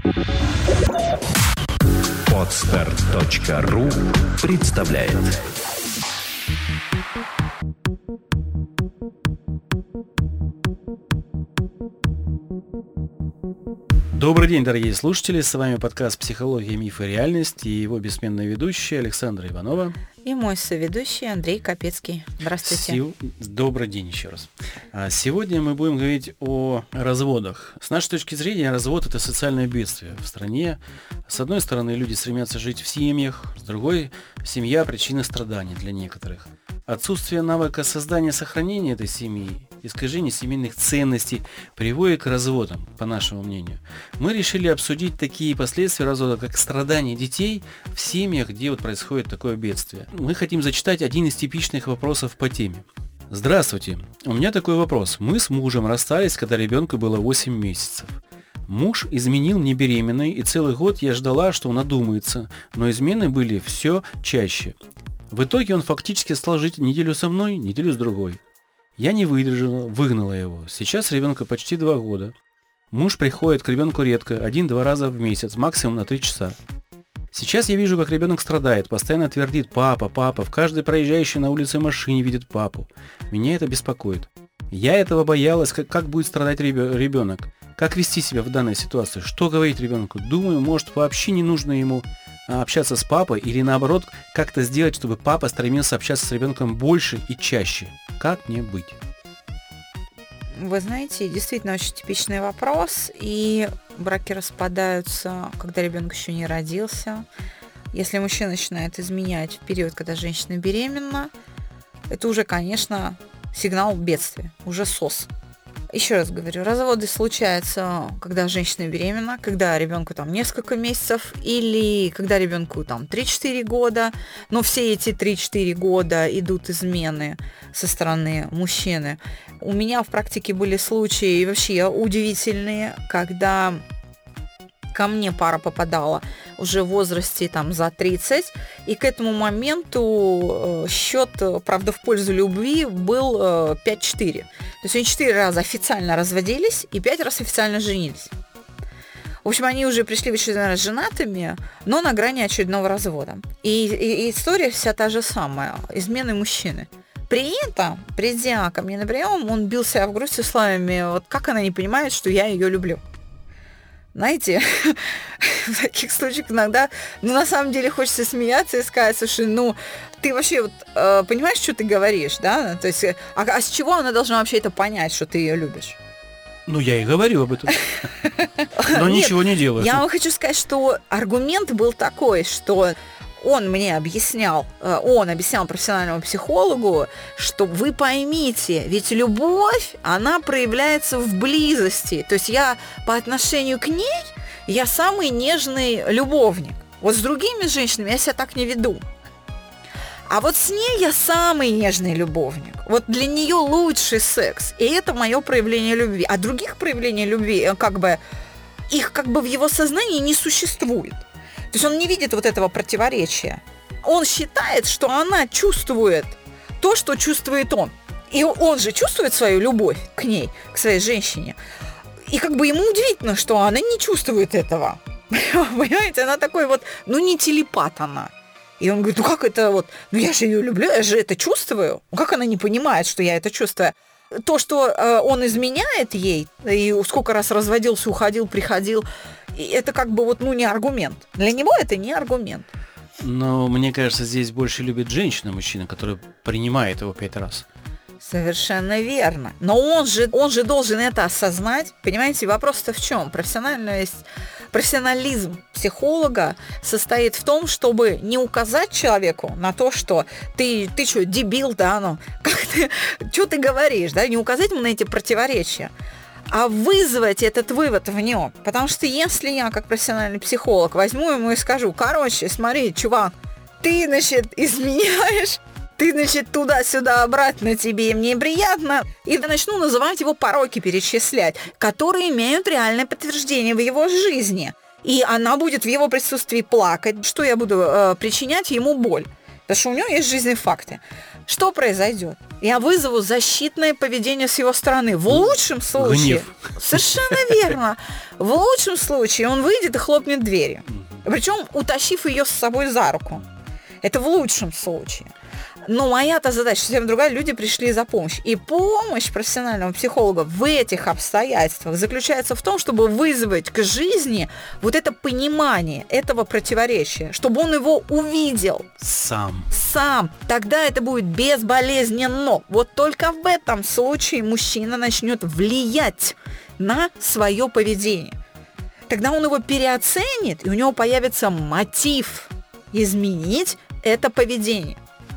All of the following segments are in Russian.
Podster.ru представляет. Добрый день, дорогие слушатели, с вами подкаст «Психология, миф и реальность» и его бессменная ведущая Александра Иванова. И мой соведущий Андрей Капецкий. Здравствуйте. Добрый день еще раз. Сегодня мы будем говорить о разводах. С нашей точки зрения, развод – это социальное бедствие в стране. С одной стороны, люди стремятся жить в семьях, с другой – семья – причина страданий для некоторых. Отсутствие навыка создания и сохранения этой семьи, искажение семейных ценностей приводит к разводам, по нашему мнению. Мы решили обсудить такие последствия развода, как страдания детей в семьях, где происходит такое бедствие. Мы хотим зачитать один из типичных вопросов по теме. Здравствуйте, у меня такой вопрос. Мы с мужем расстались, когда ребенку было 8 месяцев. Муж изменил мне беременной, и целый год я ждала, что он одумается, но измены были все чаще. В итоге он фактически стал жить неделю со мной, неделю с другой. Я не выдержала, выгнала его. Сейчас ребенку почти 2 года. Муж приходит к ребенку редко, 1-2 раза в месяц, максимум на 3 часа. Сейчас я вижу, как ребенок страдает, постоянно твердит «папа, папа», в каждой проезжающей на улице машине видит папу. Меня это беспокоит. Я этого боялась, как будет страдать ребенок, как вести себя в данной ситуации, что говорить ребенку. Думаю, может, вообще не нужно ему общаться с папой или наоборот как-то сделать, чтобы папа стремился общаться с ребенком больше и чаще. Как мне быть? Вы знаете, действительно очень типичный вопрос, и браки распадаются, когда ребенок еще не родился. Если мужчина начинает изменять в период, когда женщина беременна, это уже, конечно, сигнал бедствия, уже СОС. Еще раз говорю, разводы случаются, когда женщина беременна, когда ребенку несколько месяцев, или когда ребенку 3-4 года, но все эти 3-4 года идут измены со стороны мужчины. У меня в практике были случаи вообще удивительные, когда ко мне пара попадала уже в возрасте за 30, и к этому моменту счет, правда, в пользу любви был 5-4. То есть они 4 раза официально разводились и 5 раз официально женились. В общем, они уже пришли в очередной раз женатыми, но на грани очередного развода. И история вся та же самая. Измены мужчины. При этом, придя ко мне на прием, он бил себя в грудь словами: как она не понимает, что я ее люблю. Знаете, в таких случаях иногда, на самом деле хочется смеяться и сказать: слушай, ты вообще понимаешь, что ты говоришь, да? То есть, а с чего она должна вообще это понять, что ты ее любишь? Я и говорю об этом, но ничего не делаю. Я вам хочу сказать, что аргумент был такой, что он объяснял профессиональному психологу, что вы поймите, ведь любовь, она проявляется в близости. То есть я по отношению к ней, я самый нежный любовник. Вот с другими женщинами я себя так не веду. А вот с ней я самый нежный любовник. Вот для нее лучший секс. И это мое проявление любви. А других проявлений любви, их в его сознании не существует. То есть он не видит этого противоречия. Он считает, что она чувствует то, что чувствует он. И он же чувствует свою любовь к ней, к своей женщине. И ему удивительно, что она не чувствует этого. Понимаете, она такой не телепат она. И он говорит: как это я же ее люблю, я же это чувствую. Как она не понимает, что я это чувствую? То, что он изменяет ей, и сколько раз разводился, уходил, приходил, это не аргумент. Для него это не аргумент. Но мне кажется, здесь больше любит женщина мужчина, который принимает его 5 раз. Совершенно верно. Но он же должен это осознать. Понимаете, вопрос-то в чем? Профессионализм психолога состоит в том, чтобы не указать человеку на то, что ты что, дебил, да, что ты говоришь, да, не указать ему на эти противоречия, а вызвать этот вывод в нем. Потому что если я, как профессиональный психолог, возьму ему и скажу: смотри, чувак, ты, изменяешь, ты, туда-сюда, обратно тебе, мне приятно. И начну называть его пороки, перечислять, которые имеют реальное подтверждение в его жизни. И она будет в его присутствии плакать, что я буду причинять ему боль. Потому что у него есть жизненные факты. Что произойдет? Я вызову защитное поведение с его стороны. В лучшем случае... Гнев. Совершенно верно. В лучшем случае он выйдет и хлопнет дверью. Причем утащив ее с собой за руку. Это в лучшем случае. Но моя-то задача совсем другая. Люди пришли за помощью. И помощь профессионального психолога в этих обстоятельствах заключается в том, чтобы вызвать к жизни вот это понимание этого противоречия, чтобы он его увидел. Сам. Тогда это будет безболезненно. Вот только в этом случае мужчина начнет влиять на свое поведение. Тогда он его переоценит, и у него появится мотив изменить это поведение.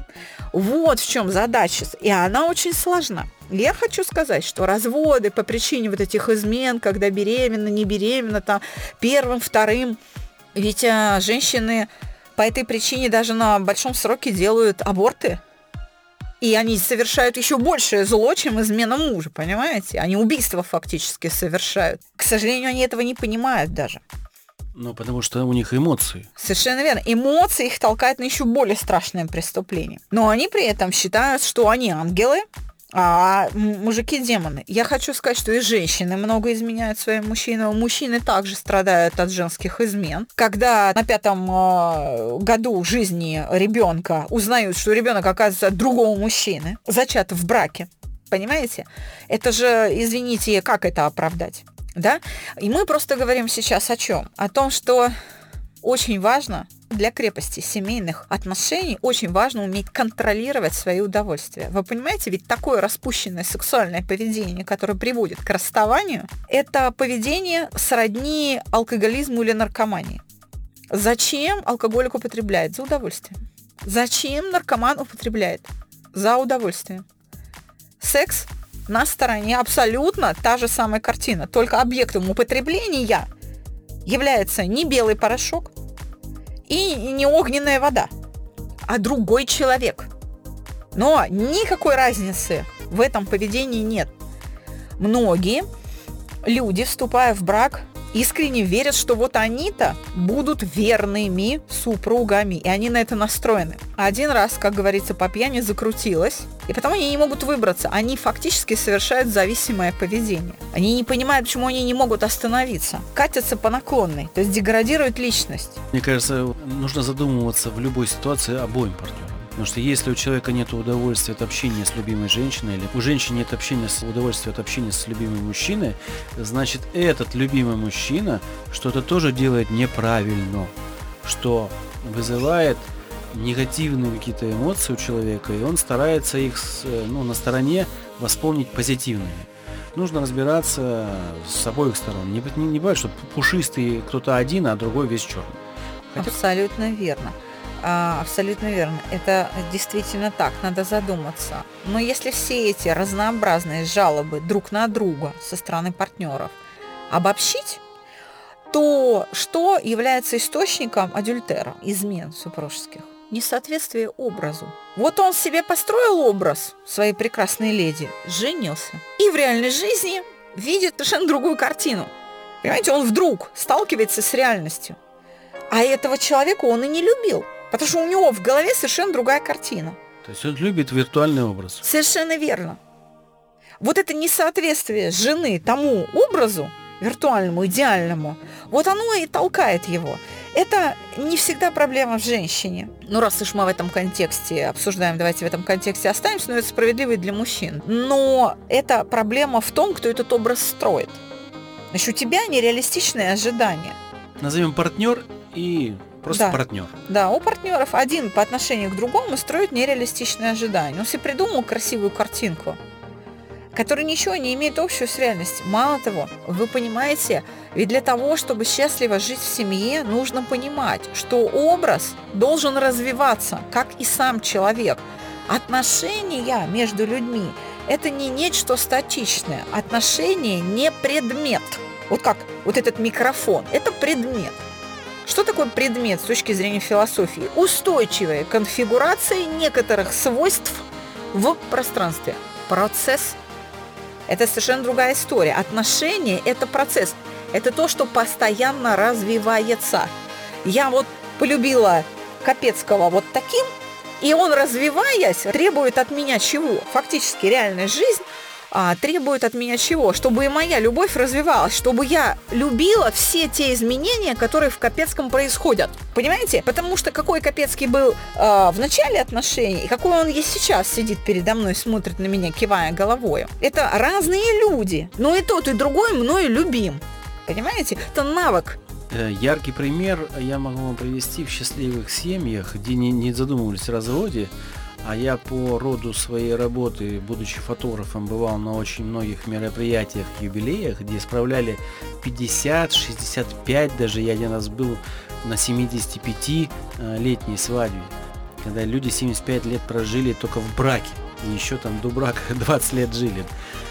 Вот в чем задача, и она очень сложна. Я хочу сказать, что разводы по причине вот этих измен, когда беременна, не беременна, там, первым, вторым, ведь женщины по этой причине даже на большом сроке делают аборты. И они совершают еще большее зло, чем измена мужа, понимаете? Они убийства фактически совершают. К сожалению, они этого не понимают даже. Ну, потому что у них эмоции. Совершенно верно. Эмоции их толкают на еще более страшное преступление. Но они при этом считают, что они ангелы, а мужики демоны. Я хочу сказать, что и женщины много изменяют своим мужчинам. Мужчины также страдают от женских измен. Когда на 5-м году жизни ребенка узнают, что ребенок оказывается от другого мужчины, зачат в браке, понимаете? Это же, извините, как это оправдать? Да? И мы просто говорим сейчас о чем? О том, что очень важно для крепости семейных отношений, очень важно уметь контролировать свои удовольствия. Вы понимаете, ведь такое распущенное сексуальное поведение, которое приводит к расставанию, это поведение сродни алкоголизму или наркомании. Зачем алкоголик употребляет? За удовольствием. Зачем наркоман употребляет? За удовольствием. Секс на стороне абсолютно та же самая картина, только объектом употребления является не белый порошок и не огненная вода, а другой человек. Но никакой разницы в этом поведении нет. Многие люди, вступая в брак, искренне верят, что вот они-то будут верными супругами, и они на это настроены. А один раз, как говорится, по пьяни закрутилось, и потом они не могут выбраться. Они фактически совершают зависимое поведение. Они не понимают, почему они не могут остановиться. Катятся по наклонной, то есть деградируют личность. Мне кажется, нужно задумываться в любой ситуации обоим партнерам. Потому что если у человека нет удовольствия от общения с любимой женщиной, или у женщины нет удовольствия от общения с любимым мужчиной, значит, этот любимый мужчина что-то тоже делает неправильно, что вызывает негативные какие-то эмоции у человека, и он старается их на стороне восполнить позитивными. Нужно разбираться с обоих сторон. Не бывает, что пушистый кто-то один, а другой весь черный. Абсолютно верно. Абсолютно верно. Это действительно так, надо задуматься. Но если все эти разнообразные жалобы друг на друга со стороны партнеров обобщить, то что является источником адюльтера, измен супружеских? Несоответствие образу. Вот он себе построил образ своей прекрасной леди, женился, и в реальной жизни видит совершенно другую картину. Понимаете, он вдруг сталкивается с реальностью. А этого человека он и не любил. Потому что у него в голове совершенно другая картина. То есть он любит виртуальный образ. Совершенно верно. Вот это несоответствие жены тому образу, виртуальному, идеальному, вот оно и толкает его. Это не всегда проблема в женщине. Ну, раз уж мы в этом контексте обсуждаем, давайте в этом контексте останемся, но это справедливо и для мужчин. Но это проблема в том, кто этот образ строит. Значит, у тебя нереалистичные ожидания. Назовем партнер и... Просто партнер. Да, у партнеров один по отношению к другому строит нереалистичные ожидания. Он себе придумал красивую картинку, которая ничего не имеет общего с реальностью. Мало того, вы понимаете, ведь для того, чтобы счастливо жить в семье, нужно понимать, что образ должен развиваться, как и сам человек. Отношения между людьми – это не нечто статичное. Отношения не предмет. Вот как вот этот микрофон – это предмет. Что такое предмет с точки зрения философии? Устойчивая конфигурация некоторых свойств в пространстве. Процесс – это совершенно другая история. Отношения – это процесс. Это то, что постоянно развивается. Я вот полюбила Капецкого вот таким И он, развиваясь, требует от меня чего? Фактически реальная жизнь требует от меня чего? Чтобы и моя любовь развивалась, чтобы я любила все те изменения, которые в Капецком происходят. Понимаете? Потому что какой Капецкий был в начале отношений, и какой он есть сейчас, сидит передо мной, смотрит на меня, кивая головой. Это разные люди. Но и тот, и другой мною любим. Понимаете? Это навык. Яркий пример я могу вам привести в счастливых семьях, где не задумывались о разводе. А я по роду своей работы, будучи фотографом, бывал на очень многих мероприятиях, юбилеях, где справляли 50, 65, даже я один раз был на 75-летней свадьбе, когда люди 75 лет прожили только в браке, и еще там до брака 20 лет жили.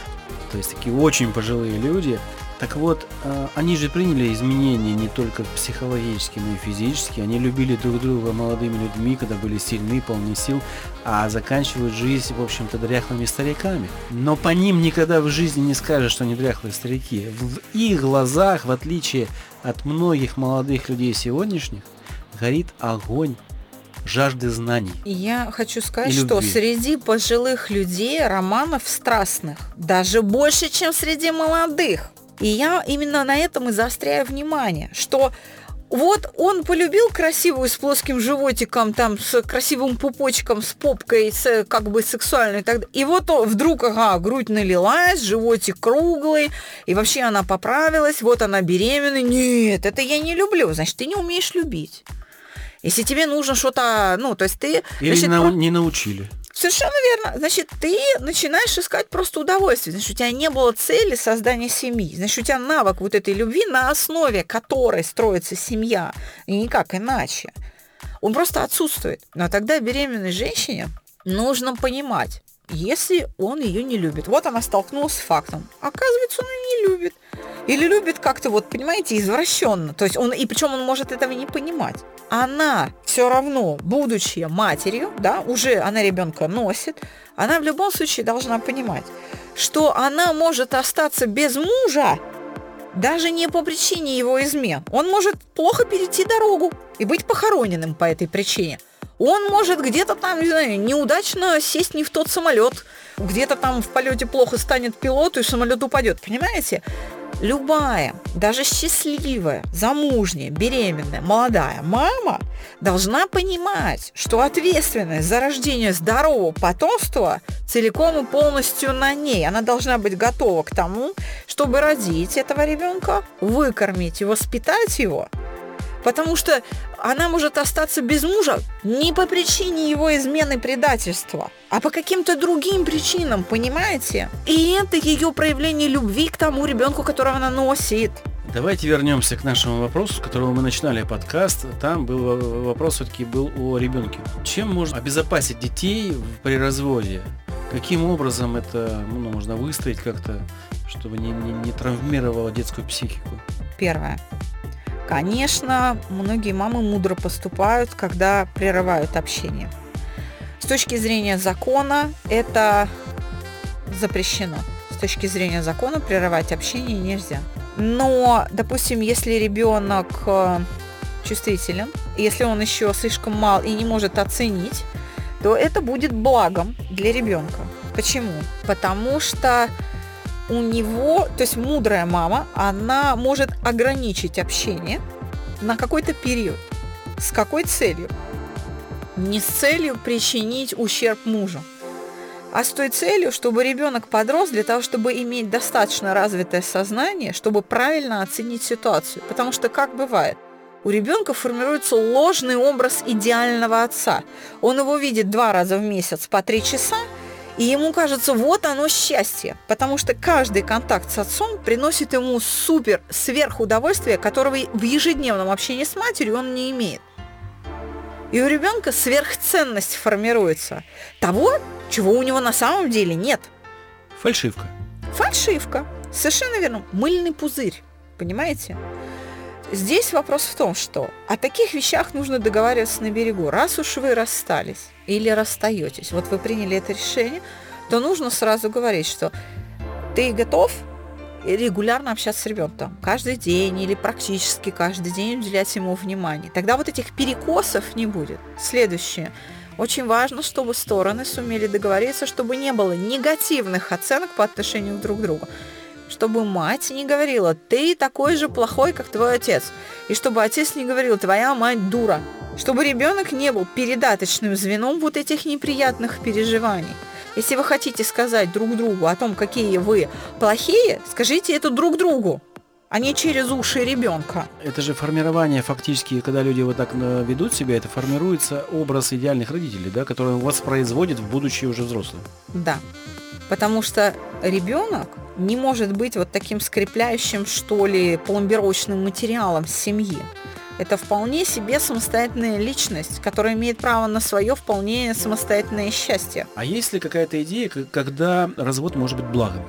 То есть такие очень пожилые люди. Так вот, они же приняли изменения не только психологически, но и физически. Они любили друг друга молодыми людьми, когда были сильны, полны сил, а заканчивают жизнь, в общем-то, дряхлыми стариками. Но по ним никогда в жизни не скажешь, что они дряхлые старики. В их глазах, в отличие от многих молодых людей сегодняшних, горит огонь жажды знаний. Я хочу сказать, что среди пожилых людей романов страстных даже больше, чем среди молодых. И я именно на этом и заостряю внимание, что вот он полюбил красивую с плоским животиком, там, с красивым пупочком, с попкой, с, как бы сексуальной и так далее. И вот он, вдруг, грудь налилась, животик круглый, и вообще она поправилась, вот она беременна. Нет, это я не люблю. Значит, ты не умеешь любить. Если тебе нужно что-то, то есть ты... Или значит, не научили. Совершенно верно. Значит, ты начинаешь искать просто удовольствие. Значит, у тебя не было цели создания семьи. Значит, у тебя навык вот этой любви, на основе которой строится семья, и никак иначе, он просто отсутствует. Но тогда беременной женщине нужно понимать, если он ее не любит. Вот она столкнулась с фактом. Оказывается, он ее не любит. Или любит как-то, понимаете, извращенно. То есть и причем он может этого не понимать. Она все равно, будучи матерью, уже она ребенка носит, она в любом случае должна понимать, что она может остаться без мужа, даже не по причине его измен. Он может плохо перейти дорогу и быть похороненным по этой причине. Он может где-то там, не знаю, неудачно сесть не в тот самолет, где-то там в полете плохо станет пилоту, и самолет упадет. Понимаете? Любая, даже счастливая, замужняя, беременная, молодая мама должна понимать, что ответственность за рождение здорового потомства целиком и полностью на ней. Она должна быть готова к тому, чтобы родить этого ребенка, выкормить и воспитать его. Потому что она может остаться без мужа не по причине его измены, предательства, а по каким-то другим причинам, понимаете? И это ее проявление любви к тому ребенку, которого она носит. Давайте вернемся к нашему вопросу, с которого мы начинали подкаст. Там вопрос все-таки был о ребенке. Чем можно обезопасить детей при разводе? Каким образом это можно выстроить как-то, чтобы не травмировало детскую психику? Первое. Конечно, многие мамы мудро поступают, когда прерывают общение. С точки зрения закона это запрещено. С точки зрения закона прерывать общение нельзя. Но, допустим, если ребенок чувствителен, если он еще слишком мал и не может оценить, то это будет благом для ребенка. Почему? Потому что у него, то есть мудрая мама, она может ограничить общение на какой-то период. С какой целью? Не с целью причинить ущерб мужу, а с той целью, чтобы ребенок подрос для того, чтобы иметь достаточно развитое сознание, чтобы правильно оценить ситуацию. Потому что, как бывает, у ребенка формируется ложный образ идеального отца. Он его видит 2 раза в месяц по 3 часа, и ему кажется, вот оно счастье, потому что каждый контакт с отцом приносит ему сверхудовольствие, которого в ежедневном общении с матерью он не имеет. И у ребенка сверхценность формируется того, чего у него на самом деле нет. Фальшивка. Фальшивка. Совершенно верно. Мыльный пузырь. Понимаете? Здесь вопрос в том, что о таких вещах нужно договариваться на берегу. Раз уж вы расстались или расстаетесь, вот вы приняли это решение, то нужно сразу говорить, что ты готов регулярно общаться с ребенком. Каждый день или практически каждый день уделять ему внимание. Тогда вот этих перекосов не будет. Следующее. Очень важно, чтобы стороны сумели договориться, чтобы не было негативных оценок по отношению друг к другу. Чтобы мать не говорила: ты такой же плохой, как твой отец. И чтобы отец не говорил: твоя мать дура. Чтобы ребенок не был передаточным звеном вот этих неприятных переживаний. Если вы хотите сказать друг другу о том, какие вы плохие, скажите это друг другу, а не через уши ребенка. Это же формирование фактически, когда люди вот так ведут себя, это формируется образ идеальных родителей, да, который воспроизводит в будущее уже взрослые. Да, потому что ребенок не может быть вот таким скрепляющим, что ли, пломбировочным материалом семьи. Это вполне себе самостоятельная личность, которая имеет право на свое вполне самостоятельное счастье. А есть ли какая-то идея, когда развод может быть благом?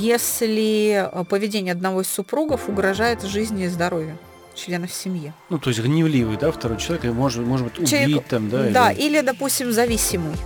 Если поведение одного из супругов угрожает жизни и здоровью членов семьи. Ну, то есть гневливый, да, второй человек, и может быть убить человек, там, да? Да, или, допустим, зависимый.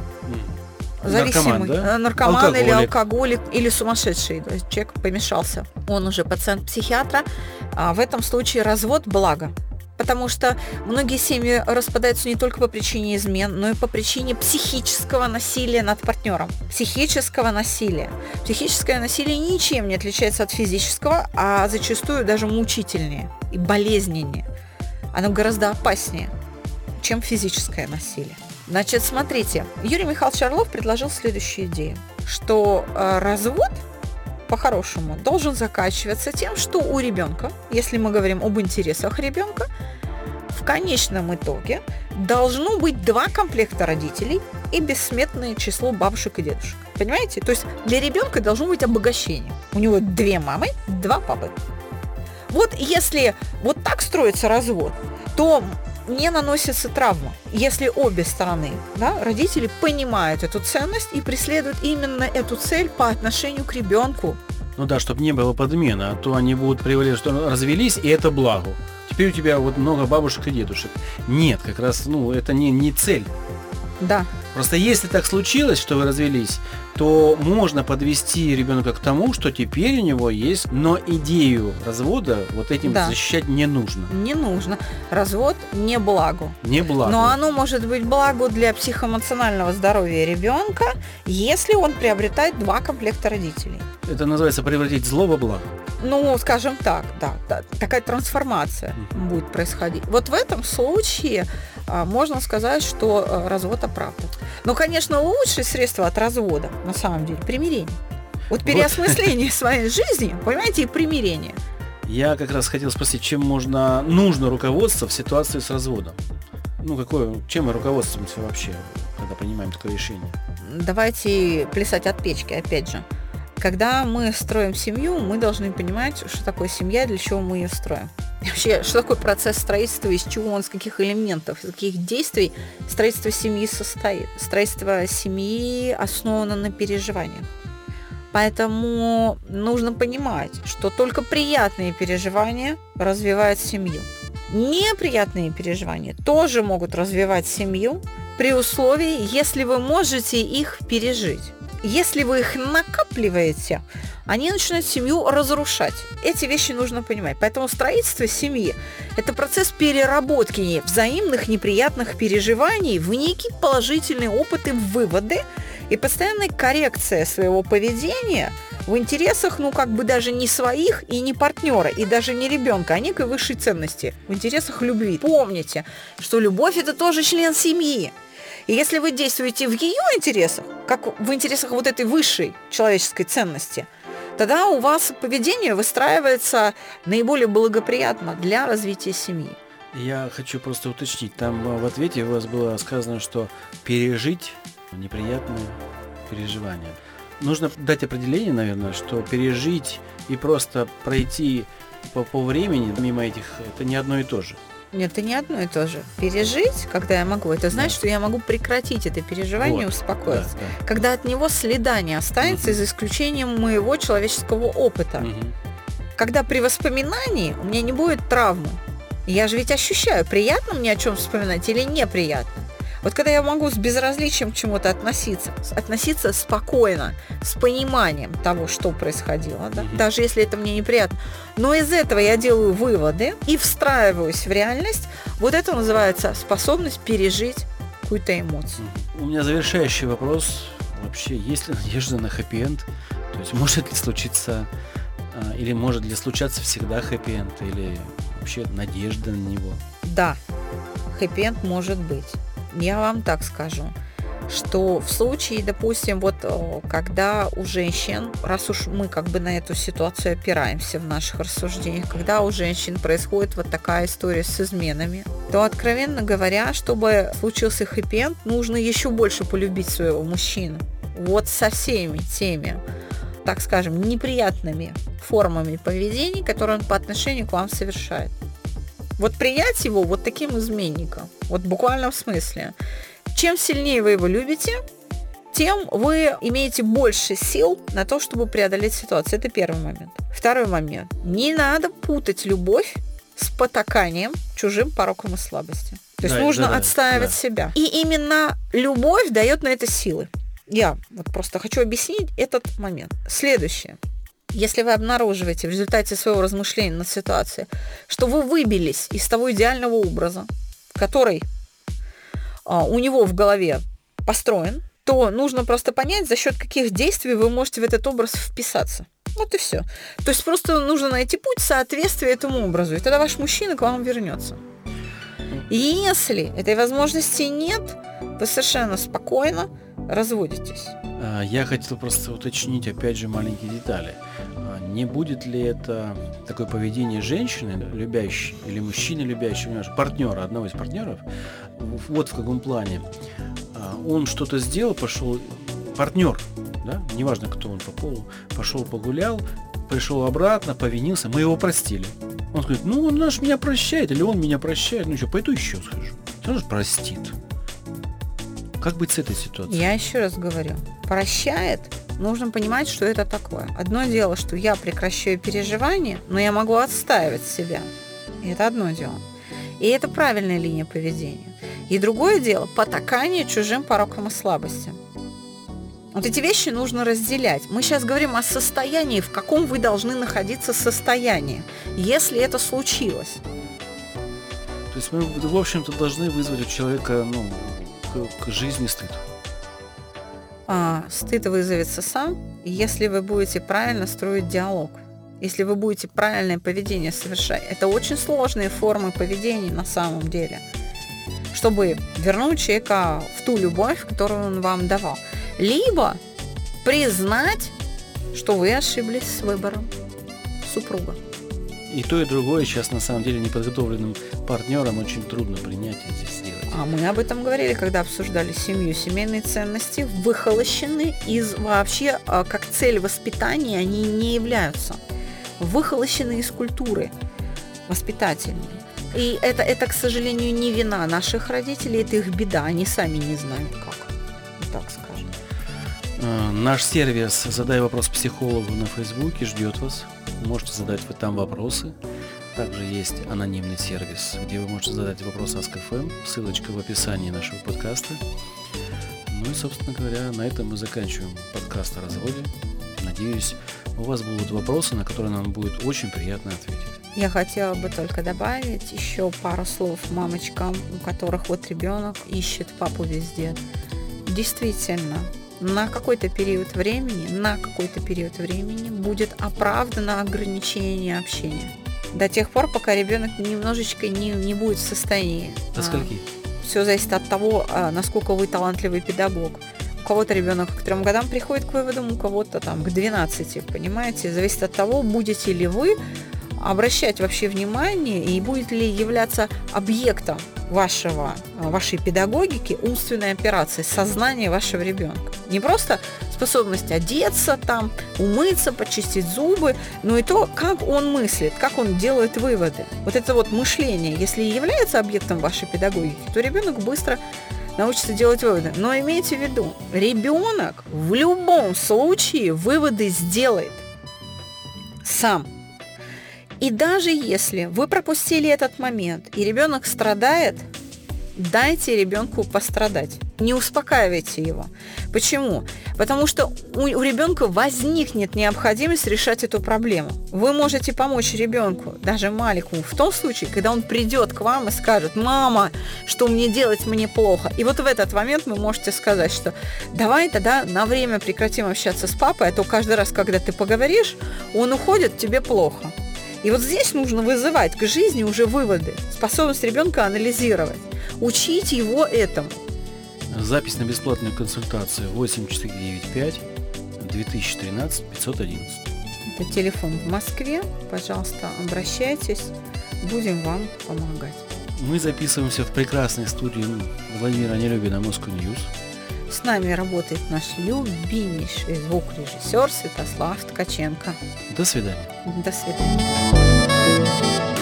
Зависимый, Наркоман, да? наркоман или алкоголик, или сумасшедший. То есть человек помешался. Он уже пациент психиатра. А в этом случае развод – благо. Потому что многие семьи распадаются не только по причине измен, но и по причине психического насилия над партнером. Психического насилия. Психическое насилие ничем не отличается от физического, а зачастую даже мучительнее и болезненнее. Оно гораздо опаснее, чем физическое насилие. Значит, смотрите, Юрий Михайлович Орлов предложил следующую идею, что развод по-хорошему должен заканчиваться тем, что у ребенка, если мы говорим об интересах ребенка, в конечном итоге должно быть 2 комплекта родителей и бессмертное число бабушек и дедушек. Понимаете? То есть для ребенка должно быть обогащение. У него 2 мамы, 2 папы. Вот если вот так строится развод, то не наносится травма, если обе стороны, да, родители понимают эту ценность и преследуют именно эту цель по отношению к ребенку. Ну да, чтобы не было подмены, а то они будут проявлять, что развелись, и это благо. Теперь у тебя вот много бабушек и дедушек. Нет, как раз, это не цель. Да. Просто если так случилось, что вы развелись, то можно подвести ребенка к тому, что теперь у него есть, но идею развода вот этим защищать не нужно. Не нужно. Развод не благо. Не благо. Но оно может быть благо для психоэмоционального здоровья ребенка, если он приобретает 2 комплекта родителей. Это называется превратить зло во благо. Скажем так, да, такая трансформация будет происходить. Вот в этом случае можно сказать, что развод оправдан. Но, конечно, лучшее средство от развода, на самом деле, примирение. Вот переосмысление своей жизни, понимаете, и примирение. Я как раз хотел спросить, чем нужно руководствоваться в ситуации с разводом? Чем мы руководствуемся вообще, когда принимаем такое решение? Давайте плясать от печки, опять же. Когда мы строим семью, мы должны понимать, что такое семья, для чего мы ее строим. И вообще, что такое процесс строительства, из чего он, из каких элементов, из каких действий строительство семьи состоит. Строительство семьи основано на переживаниях. Поэтому нужно понимать, что только приятные переживания развивают семью. Неприятные переживания тоже могут развивать семью при условии, если вы можете их пережить. Если вы их накапливаете, они начинают семью разрушать. Эти вещи нужно понимать. Поэтому строительство семьи – это процесс переработки взаимных неприятных переживаний в некий положительный опыт и выводы, и постоянная коррекция своего поведения в интересах, даже не своих и не партнера, и даже не ребенка, а некой высшей ценности, в интересах любви. Помните, что любовь – это тоже член семьи. И если вы действуете в ее интересах, как в интересах вот этой высшей человеческой ценности, тогда у вас поведение выстраивается наиболее благоприятно для развития семьи. Я хочу просто уточнить. Там в ответе у вас было сказано, что пережить неприятные переживания. Нужно дать определение, наверное, что пережить и просто пройти по времени мимо этих, это не одно и то же. Нет, это не одно и то же. Пережить, когда я могу, это значит, что я могу прекратить это переживание и успокоиться. Да. Когда от него следа не останется, за исключением моего человеческого опыта. Когда при воспоминании у меня не будет травмы. Я же ведь ощущаю, приятно мне о чем вспоминать или неприятно. Вот когда я могу с безразличием к чему-то относиться спокойно, с пониманием того, что происходило, да? Даже если это мне неприятно, но из этого я делаю выводы и встраиваюсь в реальность, вот это называется способность пережить какую-то эмоцию. У меня завершающий вопрос. Вообще, есть ли надежда на хэппи-энд? То есть может ли случиться, или может ли случаться всегда хэппи-энд, или вообще надежда на него? Да, хэппи-энд может быть. Я вам так скажу, что в случае, допустим, вот когда у женщин, раз уж мы как бы на эту ситуацию опираемся в наших рассуждениях, когда у женщин происходит вот такая история с изменами, то, откровенно говоря, чтобы случился хэппи-энд, нужно еще больше полюбить своего мужчину. Вот со всеми теми, так скажем, неприятными формами поведения, которые он по отношению к вам совершает. Вот принять его вот таким изменником, вот буквально в смысле. Чем сильнее вы его любите, тем вы имеете больше сил на то, чтобы преодолеть ситуацию. Это первый момент. Второй момент. Не надо путать любовь с потаканием чужим пороком и слабости. То есть нужно отстаивать себя. И именно любовь дает на это силы. Я вот просто хочу объяснить этот момент. Следующее. Если вы обнаруживаете в результате своего размышления над ситуацией, что вы выбились из того идеального образа, который у него в голове построен, то нужно просто понять, за счет каких действий вы можете в этот образ вписаться. Вот и все. То есть просто нужно найти путь соответствия этому образу, и тогда ваш мужчина к вам вернется. Если этой возможности нет, вы совершенно спокойно разводитесь. Я хотел просто уточнить, опять же, маленькие детали. Не будет ли это такое поведение женщины, любящей, или мужчины, любящего, партнера, одного из партнеров, вот в каком плане. Он что-то сделал, пошел, партнер, да, неважно, кто он по полу, пошел погулял, пришел обратно, повинился, мы его простили. Он говорит, ну, он наш меня прощает, или он меня прощает, ну что, пойду еще схожу. Он же простит. Как быть с этой ситуацией? Я еще раз говорю, прощает, нужно понимать, что это такое. Одно дело, что я прекращаю переживания, но я могу отстаивать себя. И это одно дело. И это правильная линия поведения. И другое дело – потакание чужим порокам и слабостям. Вот эти вещи нужно разделять. Мы сейчас говорим о состоянии, в каком вы должны находиться состоянии, если это случилось. То есть мы, в общем-то, должны вызвать у человека, к жизни стыд. Стыд вызовется сам, если вы будете правильно строить диалог. Если вы будете правильное поведение совершать. Это очень сложные формы поведения на самом деле. Чтобы вернуть человека в ту любовь, которую он вам давал. Либо признать, что вы ошиблись с выбором супруга. И то, и другое сейчас, на самом деле, неподготовленным партнерам очень трудно принять и здесь сделать. Мы об этом говорили, когда обсуждали семью. Семейные ценности выхолощены из вообще, как цель воспитания, они не являются. Выхолощены из культуры воспитательной. И это, к сожалению, не вина наших родителей, это их беда, они сами не знают как. Вот так скажем. Наш сервис «Задай вопрос психологу» на Фейсбуке ждет вас. Можете задать вы там вопросы. Также есть анонимный сервис, где вы можете задать вопрос Ask.fm. Ссылочка в описании нашего подкаста. Ну и, собственно говоря, на этом мы заканчиваем подкаст о разводе. Надеюсь, у вас будут вопросы, на которые нам будет очень приятно ответить. Я хотела бы только добавить еще пару слов мамочкам, у которых вот ребенок ищет папу везде. Действительно, на какой-то период времени будет оправдано ограничение общения. До тех пор, пока ребенок немножечко не будет в состоянии. До скольки? Все зависит от того, насколько вы талантливый педагог. У кого-то ребенок к 3 годам приходит к выводам, у кого-то там к 12, понимаете? Зависит от того, будете ли вы обращать вообще внимание и будет ли являться объектом вашей педагогики умственной операции, сознания вашего ребенка. Не просто способность одеться, там, умыться, почистить зубы, но и то, как он мыслит, как он делает выводы. Вот это вот мышление, если является объектом вашей педагогики, то ребенок быстро научится делать выводы. Но имейте в виду, ребенок в любом случае выводы сделает сам. И даже если вы пропустили этот момент, и ребенок страдает, дайте ребенку пострадать. Не успокаивайте его. Почему? Потому что у ребенка возникнет необходимость решать эту проблему. Вы можете помочь ребенку, даже маленькому, в том случае, когда он придет к вам и скажет: «Мама, что мне делать, мне плохо». И вот в этот момент вы можете сказать, что давай тогда на время прекратим общаться с папой, а то каждый раз, когда ты поговоришь, он уходит, тебе плохо. И вот здесь нужно вызывать к жизни уже выводы, способность ребенка анализировать, учить его этому. Запись на бесплатную консультацию 8495 2013 511. Это телефон в Москве. Пожалуйста, обращайтесь, будем вам помогать. Мы записываемся в прекрасной студии Владимира Нелюбина Moscow News. С нами работает наш любимейший звукорежиссер Святослав Ткаченко. До свидания. До свидания.